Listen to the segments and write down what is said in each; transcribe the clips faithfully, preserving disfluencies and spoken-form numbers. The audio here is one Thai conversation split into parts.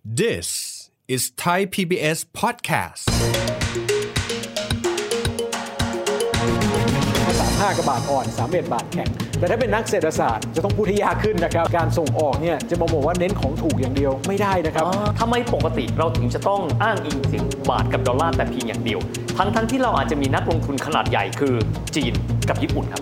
This is Thai พี บี เอส podcast สามสิบห้ากับบาทอ่อนสามสิบเอ็ดบาทแข็งแต่ถ้าเป็นนักเศรษฐศาสตร์จะต้องพูดให้ยากขึ้นนะครับการส่งออกเนี่ยจะมาบอกว่าเน้นของถูกอย่างเดียวไม่ได้นะครับทำไมปกติเราถึงจะต้องอ้างอิงถึงบาทกับดอลลาร์แต่เพียงอย่างเดียวทั้งทั้งที่เราอาจจะมีนักลงทุนขนาดใหญ่คือจีนกับญี่ปุ่นครับ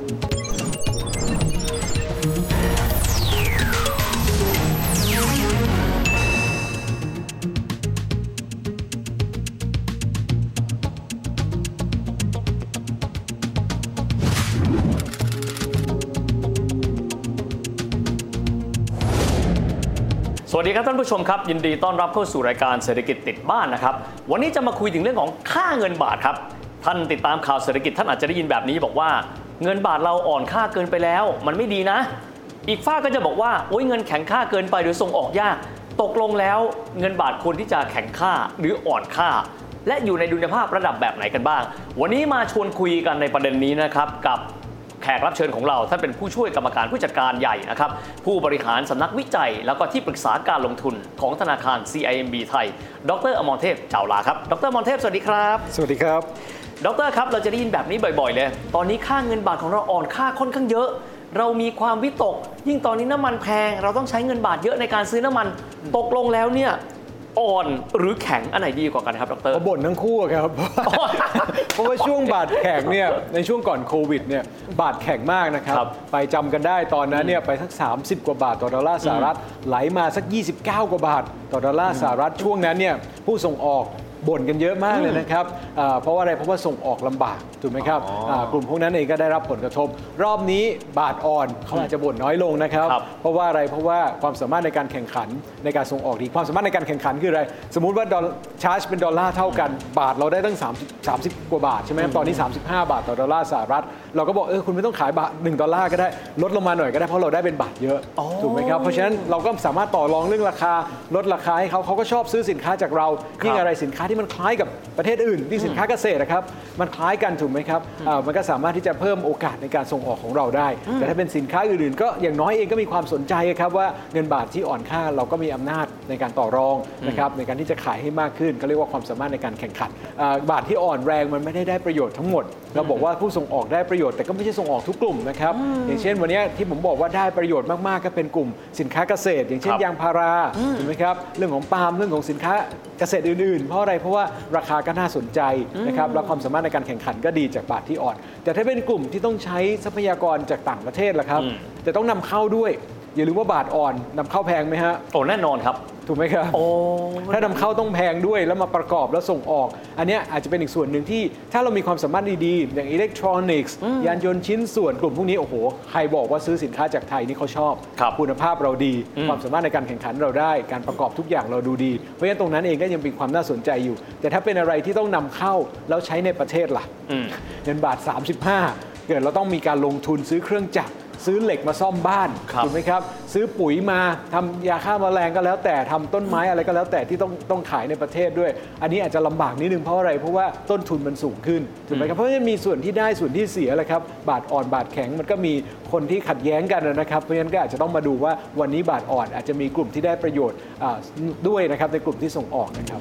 สวัสดีครับท่านผู้ชมครับยินดีต้อนรับเข้าสู่รายการเศรษฐกิจติดบ้านนะครับวันนี้จะมาคุยถึงเรื่องของค่าเงินบาทครับท่านติดตามข่าวเศรษฐกิจท่านอาจจะได้ยินแบบนี้บอกว่าเงินบาทเราอ่อนค่าเกินไปแล้วมันไม่ดีนะอีกฝ้าก็จะบอกว่าโอ๊ยเงินแข็งค่าเกินไปหรือส่งออกยากตกลงแล้วเงินบาทควรที่จะแข็งค่าหรืออ่อนค่าและอยู่ในดุลยภาพระดับแบบไหนกันบ้างวันนี้มาชวนคุยกันในประเด็นนี้นะครับกับแขกรับเชิญของเราท่านเป็นผู้ช่วยกรรมการผู้จัดการใหญ่นะครับผู้บริหารสำนักวิจัยแล้วก็ที่ปรึกษาการลงทุนของธนาคาร ซี ไอ เอ็ม บี ไทยดร.อมรเทพเจ้าลาครับดร.อมรเทพสวัสดีครับสวัสดีครับดร.ครับเราจะได้ยินแบบนี้บ่อยๆเลยตอนนี้ค่าเงินบาทของเราอ่อนค่าค่อนข้างเยอะเรามีความวิตกยิ่งตอนนี้น้ำมันแพงเราต้องใช้เงินบาทเยอะในการซื้อน้ำมันตกลงแล้วเนี่ยอ่อนหรือแข็งอันไหนดีกว่ากันครับดร. บ่นทั้งคู่ครับเพราะว่าช่วงบาทแข็งเนี่ยในช่วงก่อนโควิดเนี่ยบาทแข็งมากนะครับไปจำกันได้ตอนนั้นเนี่ยไปสักสามสิบกว่าบาทต่อดอลลาร์สหรัฐไหลมาสักยี่สิบเก้ากว่าบาทต่อดอลลาร์สหรัฐช่วงนั้นเนี่ยผู้ส่งออกบ่นกันเยอะมากเลยนะครับเพราะว่าอะไรเพราะว่าส่งออกลำบากถูกไหมครับกลุ่มพวกนั้นเองก็ได้รับผลกระทบรอบนี้บาทอ่อนเขาอาจจะบ่นน้อยลงนะครับเพราะว่าอะไรเพราะว่าความสามารถในการแข่งขันในการส่งออกดีความสามารถในการแข่งขันคืออะไรสมมุติว่าชาร์จเป็นดอลลาร์เท่ากันบาทเราได้ตั้ง30 30กว่าบาทใช่ไหมตอนนี้สามสิบห้าบาทต่อดอลลาร์สหรัฐเราก็บอกเออคุณไม่ต้องขายบาทหนึ่งดอลลาร์ก็ได้ลดลงมาหน่อยก็ได้เพราะเราได้เป็นบาทเยอะถูกไหมครับเพราะฉะนั้นเราก็สามารถต่อรองเรื่องราคาลดราคาให้เขาเขาก็ชอบซื้อสินค้าจากเรายิ่งอะไรสินค้าที่มันคล้ายกับประเทศอื่นที่สินค้าเกษตรนะครับมันคล้ายกันถูกไหมครับมันก็สามารถที่จะเพิ่มโอกาสในการส่งออกของเราได้แต่ถ้าเป็นสินค้าอื่นๆก็อย่างน้อยเองก็มีความสนใจครับว่าเงินบาทที่อ่อนค่าเราก็มีอำนาจในการต่อรองนะครับในการที่จะขายให้มากขึ้นก็เรียกว่าความสามารถในการแข่งขันบาทที่อ่อนแรงมันไม่ได้ได้ประโยชน์ทั้งหมดเราบอกว่าผู้ส่งออกได้ประโยชน์แต่ก็ไม่ใช่ส่งออกทุกกลุ่มนะครับอย่างเช่นวันนี้ที่ผมบอกว่าได้ประโยชน์มากๆก็เป็นกลุ่มสินค้าเกษตรอย่างเช่นยางพาราถูกไหมครับเรื่องของปาล์มเรื่องของสินค้าเกษตรอื่นๆเพราะอะไรเพราะว่าราคาก็น่าสนใจนะครับแล้วความสามารถในการแข่งขันก็ดีจากบาทที่อ่อนแต่ถ้าเป็นกลุ่มที่ต้องใช้ทรัพยากรจากต่างประเทศล่ะครับแต่ต้องนำเข้าด้วยอย่าลืมว่าบาทอ่อนนำเข้าแพงไหมฮะโอ้แน่นอนครับถูกไหมครับถ้านำเข้าต้องแพงด้วยแล้วมาประกอบแล้วส่งออกอันนี้อาจจะเป็นอีกส่วนหนึ่งที่ถ้าเรามีความสามารถดีๆอย่างอิเล็กทรอนิกส์ยานยนต์ชิ้นส่วนกลุ่มพวกนี้โอ้โหใครบอกว่าซื้อสินค้าจากไทยนี่เขาชอบคุณภาพเราดีความสามารถในการแข่งขันเราได้การประกอบทุกอย่างเราดูดีเพราะฉะนั้นตรงนั้นเองก็ยังเป็นความน่าสนใจอยู่แต่ถ้าเป็นอะไรที่ต้องนำเข้าแล้วใช้ในประเทศล่ะเงินบาทสามสิบห้าเกิดเราต้องมีการลงทุนซื้อเครื่องจักรซื้อเหล็กมาซ่อมบ้านถูกไหมครับซื้อปุ๋ยมาทำยาฆ่าแมลงก็แล้วแต่ทำต้นไม้อะไรก็แล้วแต่ที่ต้องต้องขายในประเทศด้วยอันนี้อาจจะลำบากนิดนึงเพราะอะไรเพราะว่าต้นทุนมันสูงขึ้นถูกไหมครับเพราะฉะนั้นมีส่วนที่ได้ส่วนที่เสียแหละครับบาทอ่อนบาทแข็งมันก็มีคนที่ขัดแย้งกันนะครับเพราะฉะนั้นก็อาจจะต้องมาดูว่าวันนี้บาทอ่อนอาจจะมีกลุ่มที่ได้ประโยชน์ด้วยนะครับในกลุ่มที่ส่งออกนะครับ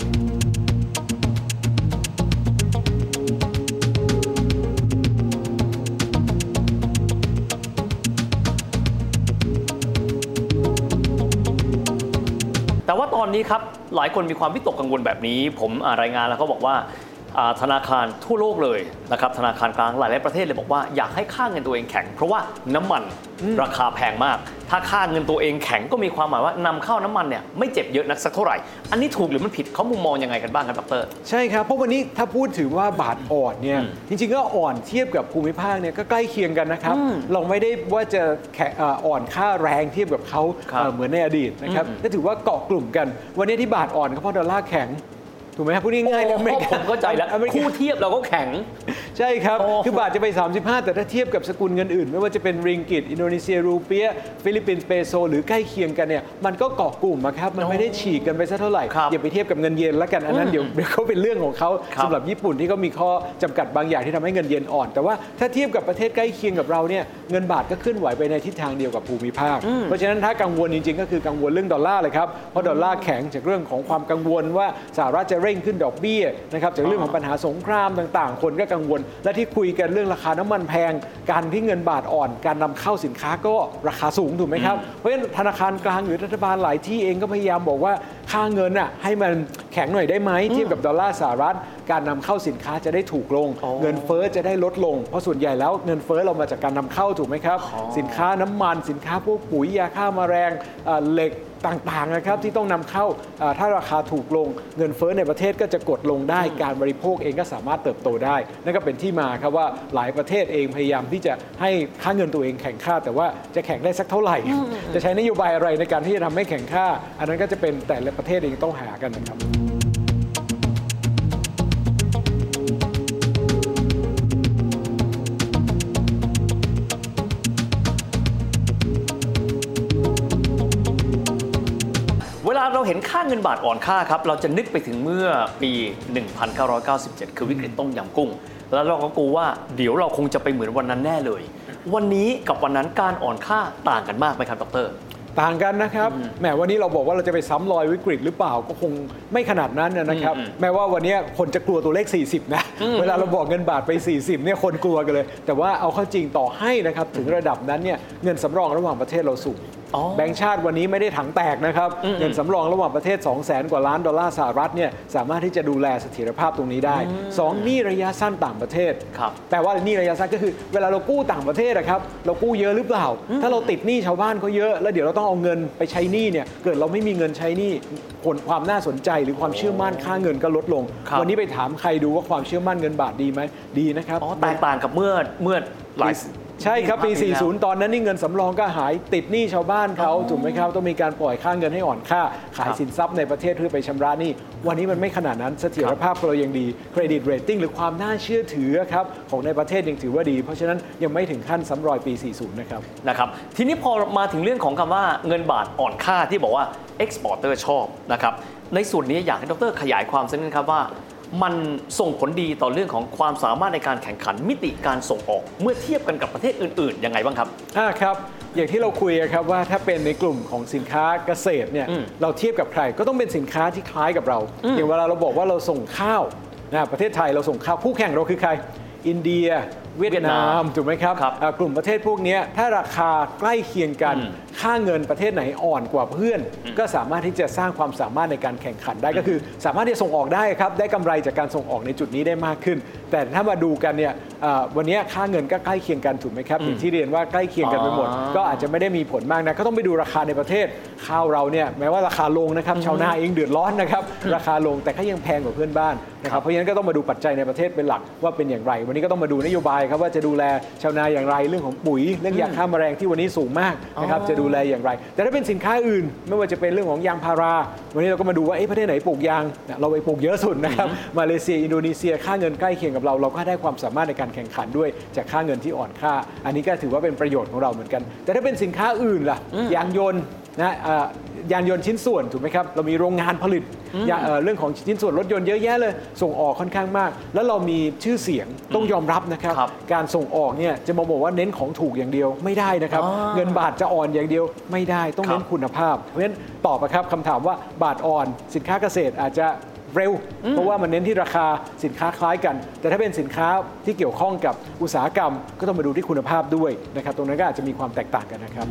แต่ว่าตอนนี้ครับหลายคนมีความวิตกกังวลแบบนี้ผมรายงานแล้วเขาบอกว่าธนาคารทั่วโลกเลยนะครับธนาคารกลางหลายๆประเทศเลยบอกว่าอยากให้ค่าเงินตัวเองแข็งเพราะว่าน้ำมันราคาแพงมากถ้าค่าเงินตัวเองแข็งก็มีความหมายว่านำเข้าน้ำมันเนี่ยไม่เจ็บเยอะนักสักเท่าไหร่อันนี้ถูกหรือมันผิดเขามุมมองยังไงกันบ้างครับดร. ใช่ครับเพราะวันนี้ถ้าพูดถึงว่าบาทอ่อนเนี่ยจริงๆก็อ่อนเทียบกับภูมิภาคเนี่ยก็ใกล้เคียงกันนะครับเราไม่ได้ว่าจะอ่อนค่าแรงเทียบกับเขาเหมือนในอดีตนะครับก็ถือว่าเกาะกลุ่มกันวันนี้ที่บาทอ่อนก็เพราะดอลลาร์แข็งถูกไหมครับพูดง่ายๆเลยผมเข้าใจแล้วคู่เทียบเราก็แข็งใช่ครับโอ้คือบาทจะไปสามสิบห้าแต่ถ้าเทียบกับสกุลเงินอื่นไม่ว่าจะเป็นริงกิตอินโดนีเซียรูเปียฟิลิปปินส์เปโซหรือใกล้เคียงกันเนี่ยมันก็เกาะกลุ่มอะครับมันไม่ได้ฉีกกันไปซะเท่าไหร่ครับอย่าไปเทียบกับเงินเยนแล้วกันอันนั้นเดี๋ยวเดี๋ยวเขาเป็นเรื่องของเขาครับสำหรับญี่ปุ่นที่เขามีข้อจำกัดบางอย่างที่ทำให้เงินเยนอ่อน แต่ว่าถ้าเทียบกับประเทศใกล้เคียงกับเราเนี่ยเงินบาทก็เคลื่อนไหวไปในทิศทางเดียวกับภูมิภาคเพราะฉะนั้นถ้ากังวลจริงๆก็คือกังวลเรื่องดอลลาร์เลยครับเพราะดอลลาร์แข็งจากเรื่องของความกังวลว่าสหรัฐจะเร่งขึ้นดอกเบี้ยนะครับจากเรื่องของปัญหาสงครามต่างๆ คนก็กังวลและที่คุยกันเรื่องราคาน้ำมันแพงการที่เงินบาทอ่อนการนำเข้าสินค้าก็ราคาสูงถูกไหมครับเพราะฉะนั้นธนาคารกลางหรือรัฐบาลหลายที่เองก็พยายามบอกว่าค่าเงินอ่ะให้มันแข็งหน่อยได้ไหมเทียบกับดอลลาร์สหรัฐการนำเข้าสินค้าจะได้ถูกลงเงินเฟ้อจะได้ลดลงเพราะส่วนใหญ่แล้วเงินเฟ้อเรามาจากการนำเข้าถูกไหมครับสินค้าน้ำมันสินค้าพวกปุ๋ยยาฆ่าแมลงเอ่อเหล็กต่างๆนะครับที่ต้องนำเข้าเอ่อถ้าราคาถูกลงเงินเฟ้อในประเทศก็จะกดลงได้การบริโภคเองก็สามารถเติบโตได้นั่นก็เป็นที่มาครับว่าหลายประเทศเองพยายามที่จะให้ค่าเงินตัวเองแข็งค่าแต่ว่าจะแข็งได้สักเท่าไหร่จะใช้นโยบายอะไรในการที่จะทำให้แข็งค่าอันนั้นก็จะเป็นแต่ละประเทศเองต้องหากันนะครับเวลาเราเห็นค่าเงินบาทอ่อนค่าครับเราจะนึกไปถึงเมื่อปี หนึ่งพันเก้าร้อยเก้าสิบเจ็ด คือวิกฤตต้มยำกุ้งแล้วเราก็กลัวว่าเดี๋ยวเราคงจะไปเหมือนวันนั้นแน่เลยวันนี้กับวันนั้นการอ่อนค่าต่างกันมากไหมครับดร. ต่างกันนะครับแหมวันนี้เราบอกว่าเราจะไปซ้ำรอยวิกฤตหรือเปล่าก็คงไม่ขนาดนั้นนะครับแม้ว่าวันนี้คนจะกลัวตัวเลขสี่สิบนะเวลาเราบอกเงินบาทไปสี่สิบเนี่ยคนกลัวกันเลยแต่ว่าเอาเข้าจริงต่อให้นะครับถึงระดับนั้นเนี่ยเงินสำรองระหว่างประเทศเราสูงแบงก์ชาติวันนี้ไม่ได้ถังแตกนะครับเงินสำรองระหว่างประเทศ สองแสน กว่าล้านดอลลาร์สหรัฐเนี่ยสามารถที่จะดูแลเสถียรภาพตรงนี้ได้สองหนี้ระยะสั้นต่างประเทศแต่ว่าหนี้ระยะสั้นก็คือเวลาเรากู้ต่างประเทศนะครับเรากู้เยอะหรือเปล่าถ้าเราติดหนี้ชาวบ้านเขาเยอะแล้วเดี๋ยวเราต้องเอาเงินไปใช้หนี้เนี่ยเกิดเราไม่มีเงินใช้หนี้ผลความน่าสนใจหรือความเชื่อมั่นค่าเงินก็ลดลงวันนี้ไปถามใครดูว่าความเชื่อมั่นเงินบาทดีไหมดีนะครับแตกต่างกับเมื่อเมื่อหลายใช่ครับปีสี่สิบตอนนั้นนี่เงินสำรองก็หายติดหนี้ชาวบ้านเขาถูกไหมครับต้องมีการปล่อยค่าเงินให้อ่อนค่าขายสินทรัพย์ในประเทศเพื่อไปชำระหนี้วันนี้มันไม่ขนาดนั้นเสถียรภาพเรายังดีเครดิตเรตติ้งหรือความน่าเชื่อถือครับของในประเทศยังถือว่าดีเพราะฉะนั้นยังไม่ถึงขั้นซ้ำรอยปีสี่สิบนะครับนะครับทีนี้พอมาถึงเรื่องของคำว่าเงินบาทอ่อนค่าที่บอกว่า exporter ชอบนะครับในส่วนนี้อยากให้ดร.ขยายความสักนิดครับว่ามันส่งผลดีต่อเรื่องของความสามารถในการแข่งขันมิติการส่งออกเมื่อเทียบกันกับประเทศอื่นๆยังไงบ้างครับอ่าครับอย่างที่เราคุยครับว่าถ้าเป็นในกลุ่มของสินค้าเกษตรเนี่ยเราเทียบกับใครก็ต้องเป็นสินค้าที่คล้ายกับเราอย่างเวลาเราบอกว่าเราส่งข้าวนะประเทศไทยเราส่งข้าวคู่แข่งเราคือใครอินเดียเวียดนามถูกไหมครับกลุ่มประเทศพวกนี้ถ้าราคาใกล้เคียงกันค่าเงินประเทศไหนอ่อนกว่าเพื่อนก็สามารถที่จะสร้างความสามารถในการแข่งขันได้ก็คือสามารถที่จะส่งออกได้ครับได้กำไรจากการส่งออกในจุดนี้ได้มากขึ้นแต่ถ้ามาดูกันเนี่ยวันนี้ค่าเงินก็ใกล้เคียงกันถูกไหมครับอย่างที่เรียนว่าใกล้เคียงกันไปหมดก็อาจจะไม่ได้มีผลมากนะก็ต้องไปดูราคาในประเทศข้าวเราเนี่ยแม้ว่าราคาลงนะครับชาวนาเองเดือดร้อนนะครับราคาลงแต่ก็ยังแพงกว่าเพื่อนบ้านนะครับเพราะฉะนั้นก็ต้องมาดูปัจจัยในประเทศเป็นหลักว่าเป็นอย่างไรวันนี้ก็ต้องมาดูนโยบายครับว่าจะดูแลชาวนาอย่างไรเรื่องของปุ๋ยเรื่องยาฆ่าแมลงที่วันนี้สูงมากนะครับจะดูแลอย่างไรแต่ถ้าเป็นสินค้าอื่นไม่ว่าจะเป็นเรื่องของยางพาราวันนี้เราก็มาดูว่าประเทศไหนปลูกยางเราไปปลูกเยอะสุดนะครับมาเลเซียอินโดนีเซียค่าเงินใกล้เคียงกับเราเราก็ได้ความสามารถในการแข่งขันด้วยจากค่าเงินที่อ่อนค่าอันนี้ก็ถือว่าเป็นประโยชน์ของเราเหมือนกันแต่ถ้าเป็นสินค้าอื่นล่ะยางยนต์นะยานยนต์ชิ้นส่วนถูกไหมครับเรามีโรงงานผลิตเรื่องของชิ้นส่วนรถยนต์เยอะแยะเลยส่งออกค่อนข้างมากแล้วเรามีชื่อเสียงต้องยอมรับนะครับการส่งออกเนี่ยจะมาบอกว่าเน้นของถูกอย่างเดียวไม่ได้นะครับเงินบาทจะอ่อนอย่างเดียวไม่ได้ต้องเน้นคุณภาพเพราะฉะนั้นตอบครับคำถามว่าบาทอ่อนสินค้าเกษตรอาจจะเร็วเพราะว่ามันเน้นที่ราคาสินค้าคล้ายกันแต่ถ้าเป็นสินค้าที่เกี่ยวข้องกับอุตสาหกรรมก็ต้องมาดูที่คุณภาพด้วยนะครับตรงนั้นก็อาจจะมีความแตกต่างกันนะครับ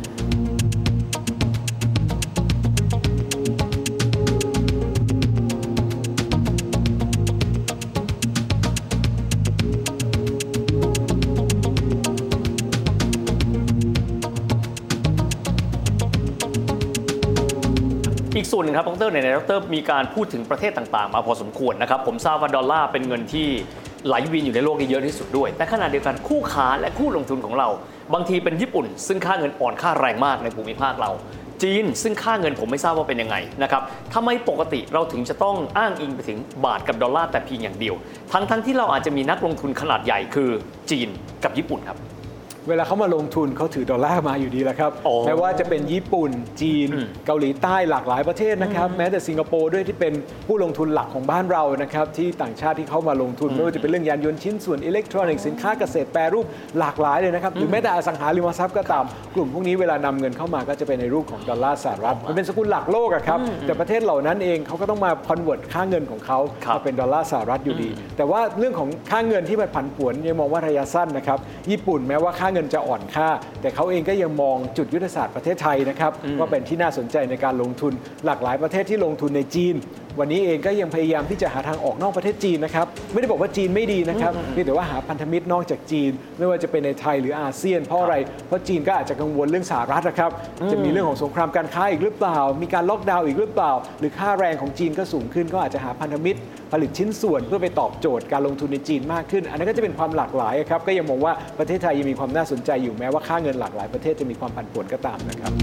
อีกส่วนหนึ่งครับดร.ในดร.มีการพูดถึงประเทศต่างๆมาพอสมควรนะครับผมทราบว่าดอลลาร์เป็นเงินที่ไหลเวียนอยู่ในโลกนี้เยอะที่สุดด้วยแต่ขณะเดียวกันคู่ค้าและคู่ลงทุนของเราบางทีเป็นญี่ปุ่นซึ่งค่าเงินอ่อนค่าแรงมากในภูมิภาคเราจีนซึ่งค่าเงินผมไม่ทราบว่าเป็นยังไงนะครับทำไมปกติเราถึงจะต้องอ้างอิงไปถึงบาทกับดอลลาร์แต่เพียงอย่างเดียวทั้งทั้งที่เราอาจจะมีนักลงทุนขนาดใหญ่คือจีนกับญี่ปุ่นครับเวลาเขามาลงทุนเขาถือดอลลาร์มาอยู่ดีแหละครับแม้ว่าจะเป็นญี่ปุ่นจีนเกาหลีใต้หลากหลายประเทศนะครับแม้แต่สิงคโปร์ด้วยที่เป็นผู้ลงทุนหลักของบ้านเรานะครับที่ต่างชาติที่เข้ามาลงทุนไม่ว่าจะเป็นเรื่องยานยนต์ชิ้นส่วนอิเล็กทรอนิกส์สินค้าเกษตรแปรรูปหลากหลายเลยนะครับหรือแม้แต่อสังหาริมทรัพย์ก็ตามกลุ่มพวกนี้เวลานำเงินเข้ามาก็จะเป็นในรูปของดอลลาร์สหรัฐมันเป็นสกุลหลักโลกครับแต่ประเทศเหล่านั้นเองเขาก็ต้องมาคอนเวิร์ตค่าเงินของเขามาเป็นดอลลาร์สหรัฐอยู่ดีแต่ว่าเรื่องของค่าเงินที่มันผันผวนยังมองว่าระยะสั้นนะครับญี่ปุ่นแม้ว่าค่าเงินจะอ่อนค่าแต่เขาเองก็ยังมองจุดยุทธศาสตร์ประเทศไทยนะครับว่าเป็นที่น่าสนใจในการลงทุนหลากหลายประเทศที่ลงทุนในจีนวันนี้เองก็ยังพยายามที่จะหาทางออกนอกประเทศจีนนะครับไม่ได้บอกว่าจีนไม่ดีนะครับเพียงแต่ว่าหาพันธมิตรนอกจากจีนไม่ว่าจะเป็นในไทยหรืออาเซียนเพราะอะไรเพราะจีนก็อาจจะกังวลเรื่องสหรัฐนะครับจะมีเรื่องของสงครามการค้าอีกหรือเปล่ามีการล็อกดาวน์อีกหรือเปล่าหรือค่าแรงของจีนก็สูงขึ้นก็อาจจะหาพันธมิตรผลิตชิ้นส่วนเพื่อไปตอบโจทย์การลงทุนในจีนมากขึ้นอันนั้นก็จะเป็นความหลากหลายครับก็ยังมองว่าประเทศไทยยังมีความน่าสนใจอยู่แม้ว่าค่าเงินหลากหลายประเทศจะมีความผันผวนก็ตามนะครับ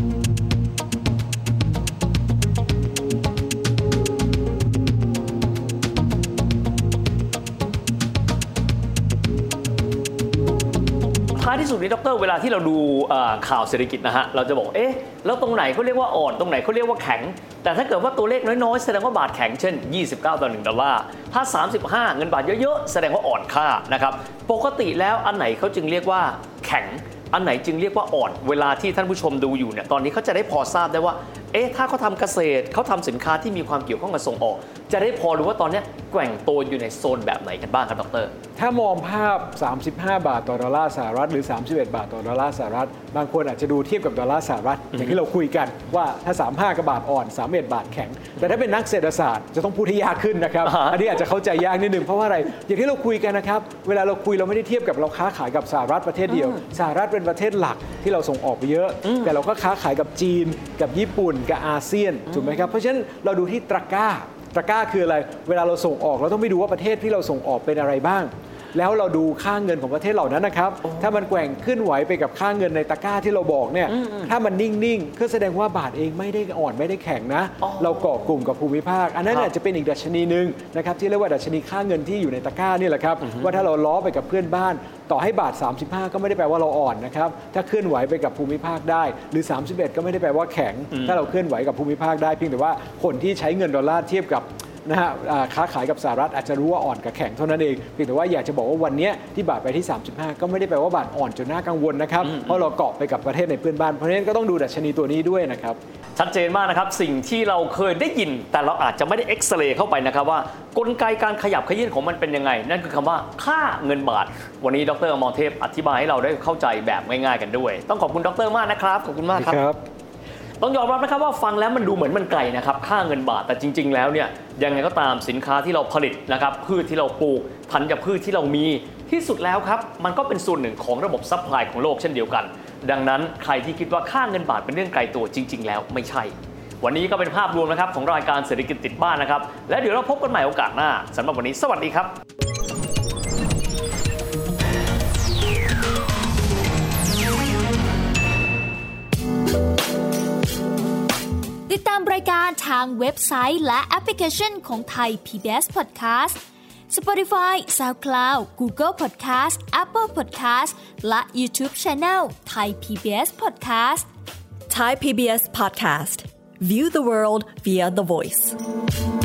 ท้ายที่สุดนี้ดร.เวลาที่เราดูข่าวเศรษฐกิจนะฮะเราจะบอกเอ๊ะแล้วตรงไหนเขาเรียกว่าอ่อนตรงไหนเขาเรียกว่าแข็งแต่ถ้าเกิดว่าตัวเลขน้อยๆแสดงว่าบาทแข็งเช่นยี่สิบเก้าต่อหนึ่งดอลลาร์ถ้าสามสิบห้าเงินบาทเยอะๆแสดงว่าอ่อนค่านะครับปกติแล้วอันไหนเขาจึงเรียกว่าแข็งอันไหนจึงเรียกว่าอ่อนเวลาที่ท่านผู้ชมดูอยู่เนี่ยตอนนี้เขาจะได้พอทราบได้ว่าเอ๊ะถ้าเขาทำเกษตรเขาทำสินค้าที่มีความเกี่ยวข้องกับส่งออกจะได้พอรู้ว่าตอนนี้แกว่งตัวอยู่ในโซนแบบไหนกันบ้างครับดร. ถ้ามองภาพสามสิบห้าบาทต่อดอลลาร์สหรัฐหรือสามสิบเอ็ดบาทต่อดอลลาร์สหรัฐบางคนอาจจะดูเทียบกับดอลลาร์สหรัฐอย่างที่เราคุยกันว่าถ้าสามสิบห้ากับบาทอ่อนสามสิบเอ็ดบาทแข็งแต่ถ้าเป็นนักเศรษฐศาสตร์จะต้องพูดให้ยากขึ้นนะครับ อันนี้อาจจะเข้าใจยากนิดนึงเพราะว่าอะไรอย่างที่เราคุยกันนะครับเวลาเราคุยเราไม่ได้เทียบกับเราค้าขายกับสหรัฐประเทศเดียวสหรัฐเป็นประเทศหลักที่เราส่งออกไปเยอะแต่เราก็ค้าขายกับจีนกับญี่ปุ่นกับอาเซียนถูกไหมครับเพราะฉะนั้นเราดูที่ตะกร้าตะกร้าคืออะไรเวลาเราส่งออกเราต้องไปดูว่าประเทศที่เราส่งออกเป็นอะไรบ้างแล้วเราดูค่าเงินของประเทศเหล่านั้นนะครับถ้ามันแกว่งขึ้นไหวไปกับค่าเงินในตะกร้าที่เราบอกเนี่ยถ้ามันนิ่งๆก็แสดงว่าบาทเองไม่ได้อ่อนไม่ได้แข็งนะเราเกาะกลุ่มกับภูมิภาคอันนั้นอาจจะเป็นอีกดัชนีนึงนะครับที่เรียกว่าดัชนีค่าเงินที่อยู่ในตะกร้านี่แหละครับว่าถ้าเราล้อไปกับเพื่อนบ้านต่อให้บาทสามสิบห้าก็ไม่ได้แปลว่าเราอ่อนนะครับถ้าเคลื่อนไหวไปกับภูมิภาคได้หรือสามสิบเอ็ดก็ไม่ได้แปลว่าแข็งถ้าเราเคลื่อนไหวกับภูมิภาคได้เพียงแต่ว่าคนที่ใช้เงินดอลลาร์เทียบกับนะฮะค้าขายกับสหรัฐอาจจะรู้ว่าอ่อนกับแข็งเท่านั้นเองเพียงแต่ว่าอยากจะบอกว่าวันนี้ที่บาทไปที่สามสิบห้าก็ไม่ได้แปลว่าบาทอ่อนจนน่ากังวลนะครับเพราะเราเกาะไปกับประเทศในเพื่อนบ้านเพราะฉะนั้นก็ต้องดูดัชนีตัวนี้ด้วยนะครับชัดเจนมากนะครับสิ่งที่เราเคยได้ยินแต่เราอาจจะไม่ได้เอ็กซเรย์เข้าไปนะครับว่ากลไกการขยับเขยื้อนของมันเป็นยังไงนั่นคือคำว่าค่าเงินบาทวันนี้ดร.อมรเทพอธิบายให้เราได้เข้าใจแบบง่ายๆกันด้วยต้องขอบคุณดร.มากนะครับขอบคุณมากครับต้องยอมรับนะครับว่าฟังแล้วมันดูเหมือนมันไกลนะครับค่าเงินบาทแต่จริงๆแล้วเนี่ยยังไงก็ตามสินค้าที่เราผลิตนะครับพืชที่เราปลูกธัญพืชที่เรามีที่สุดแล้วครับมันก็เป็นส่วนหนึ่งของระบบซัพพลายของโลกเช่นเดียวกันดังนั้นใครที่คิดว่าค่าเงินบาทเป็นเรื่องไกลตัวจริงๆแล้วไม่ใช่วันนี้ก็เป็นภาพรวมนะครับของรายการเศรษฐกิจติดบ้านนะครับและเดี๋ยวเราพบกันใหม่โอกาสหน้าสำหรับวันนี้สวัสดีครับติดตามรายการทางเว็บไซต์และแอปพลิเคชันของไทย พี บี เอส Podcast Spotify, SoundCloud, Google Podcast, Apple Podcast และ YouTube Channel Thai พี บี เอส Podcast Thai พี บี เอส Podcast View the world via the voice